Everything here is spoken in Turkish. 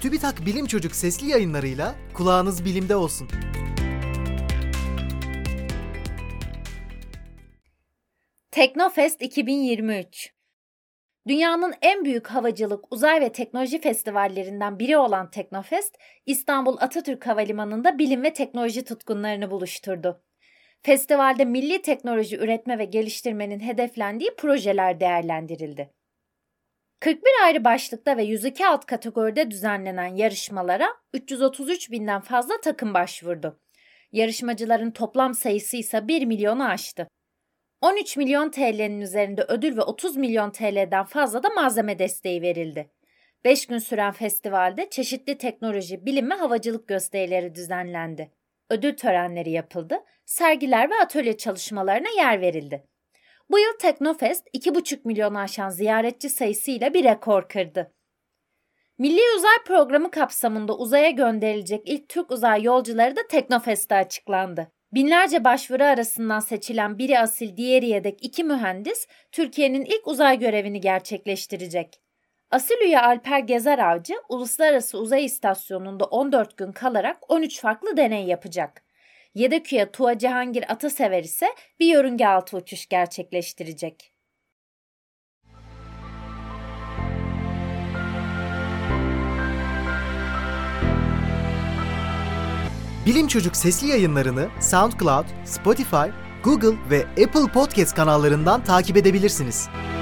TÜBİTAK Bilim Çocuk sesli yayınlarıyla kulağınız bilimde olsun. Teknofest 2023. Dünyanın en büyük havacılık, uzay ve teknoloji festivallerinden biri olan Teknofest, İstanbul Atatürk Havalimanı'nda bilim ve teknoloji tutkunlarını buluşturdu. Festivalde milli teknoloji üretme ve geliştirmenin hedeflendiği projeler değerlendirildi. 41 ayrı başlıkta ve 102 alt kategoride düzenlenen yarışmalara 333 binden fazla takım başvurdu. Yarışmacıların toplam sayısı ise 1 milyonu aştı. 13 milyon TL'nin üzerinde ödül ve 30 milyon TL'den fazla da malzeme desteği verildi. 5 gün süren festivalde çeşitli teknoloji, bilim ve havacılık gösterileri düzenlendi. Ödül törenleri yapıldı, sergiler ve atölye çalışmalarına yer verildi. Bu yıl Teknofest 2,5 milyonu aşan ziyaretçi sayısıyla bir rekor kırdı. Milli Uzay Programı kapsamında uzaya gönderilecek ilk Türk uzay yolcuları da Teknofest'te açıklandı. Binlerce başvuru arasından seçilen biri asil diğeri yedek 2 mühendis Türkiye'nin ilk uzay görevini gerçekleştirecek. Asil üye Alper Gezer Avcı, Uluslararası Uzay İstasyonu'nda 14 gün kalarak 13 farklı deney yapacak. Yedek üye Tuğ Cihangir Atasever ise bir yörünge altı uçuş gerçekleştirecek. Bilim Çocuk sesli yayınlarını SoundCloud, Spotify, Google ve Apple Podcast kanallarından takip edebilirsiniz.